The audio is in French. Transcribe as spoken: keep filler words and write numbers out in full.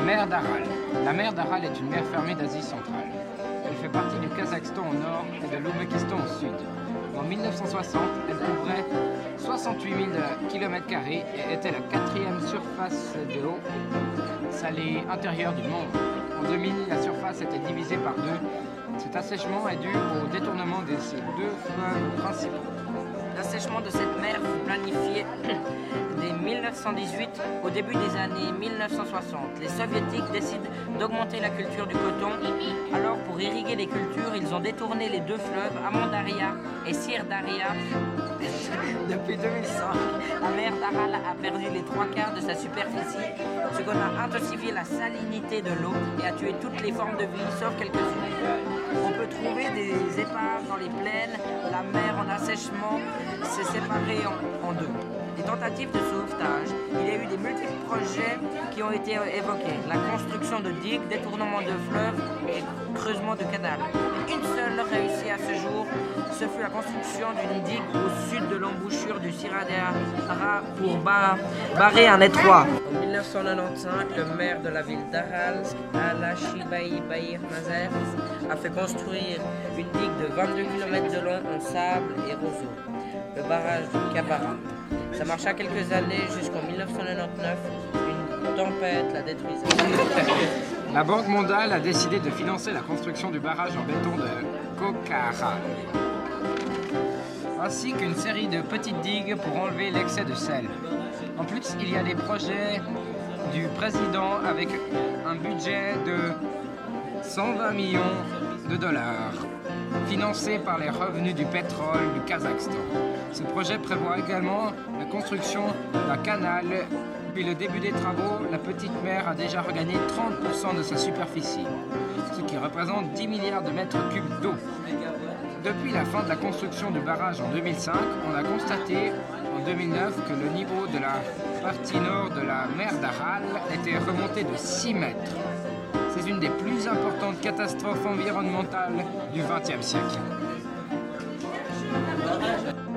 mer d'Aral. La mer d'Aral est une mer fermée d'Asie centrale. Elle fait partie du Kazakhstan au nord et de l'Ouzbékistan au sud. En mille neuf cent soixante, elle couvrait soixante-huit mille kilomètres carrés et était la quatrième surface d'eau salée intérieure du monde. En deux mille, la surface était divisée par deux. Cet assèchement est dû au détournement de ces deux fleuves principaux. L'assèchement de cette mer fut planifié dès mille neuf cent dix-huit au début des années mille neuf cent soixante. Les soviétiques décident d'augmenter la culture du coton. Alors pour irriguer les cultures, ils ont détourné les deux fleuves Amandaria et Sirdaria. Depuis deux mille cinq, la mer d'Aral a perdu les trois quarts de sa superficie, ce qu'on a intensifié la salinité de l'eau et a tué toutes les formes de vie, sauf quelques-unes. On peut trouver des épaves dans les plaines. La mer en assèchement s'est séparée en, en deux. Des tentatives de sauvetage. Il y a eu des multiples projets qui ont été évoqués. La construction de digues, détournement de fleuves et creusement de canals. Une seule réussie à ce jour, ce fut la construction d'une digue au sud de l'embouchure du Sirdaria pour bar barrer un étroit. En mille neuf cent quatre-vingt-quinze, le maire de la ville d'Aral, Alashibaï Bahir Mazer, a fait construire une digue de vingt-deux kilomètres de long en sable et roseau, le barrage de Kabara. Ça marcha quelques années jusqu'en mille neuf cent quatre-vingt-dix-neuf, une tempête la détruisait. La Banque mondiale a décidé de financer la construction du barrage en béton de Kokhara, ainsi qu'une série de petites digues pour enlever l'excès de sel. En plus, il y a des projets du président avec un budget de cent vingt millions de dollars, financés par les revenus du pétrole du Kazakhstan. Ce projet prévoit également la construction d'un canal. Depuis le début des travaux, la petite mer a déjà regagné trente pour cent de sa superficie, ce qui représente dix milliards de mètres cubes d'eau. Depuis la fin de la construction du barrage en deux mille cinq, on a constaté en deux mille neuf que le niveau de la partie nord de la mer d'Aral était remonté de six mètres. C'est une des plus importantes catastrophes environnementales du vingtième siècle.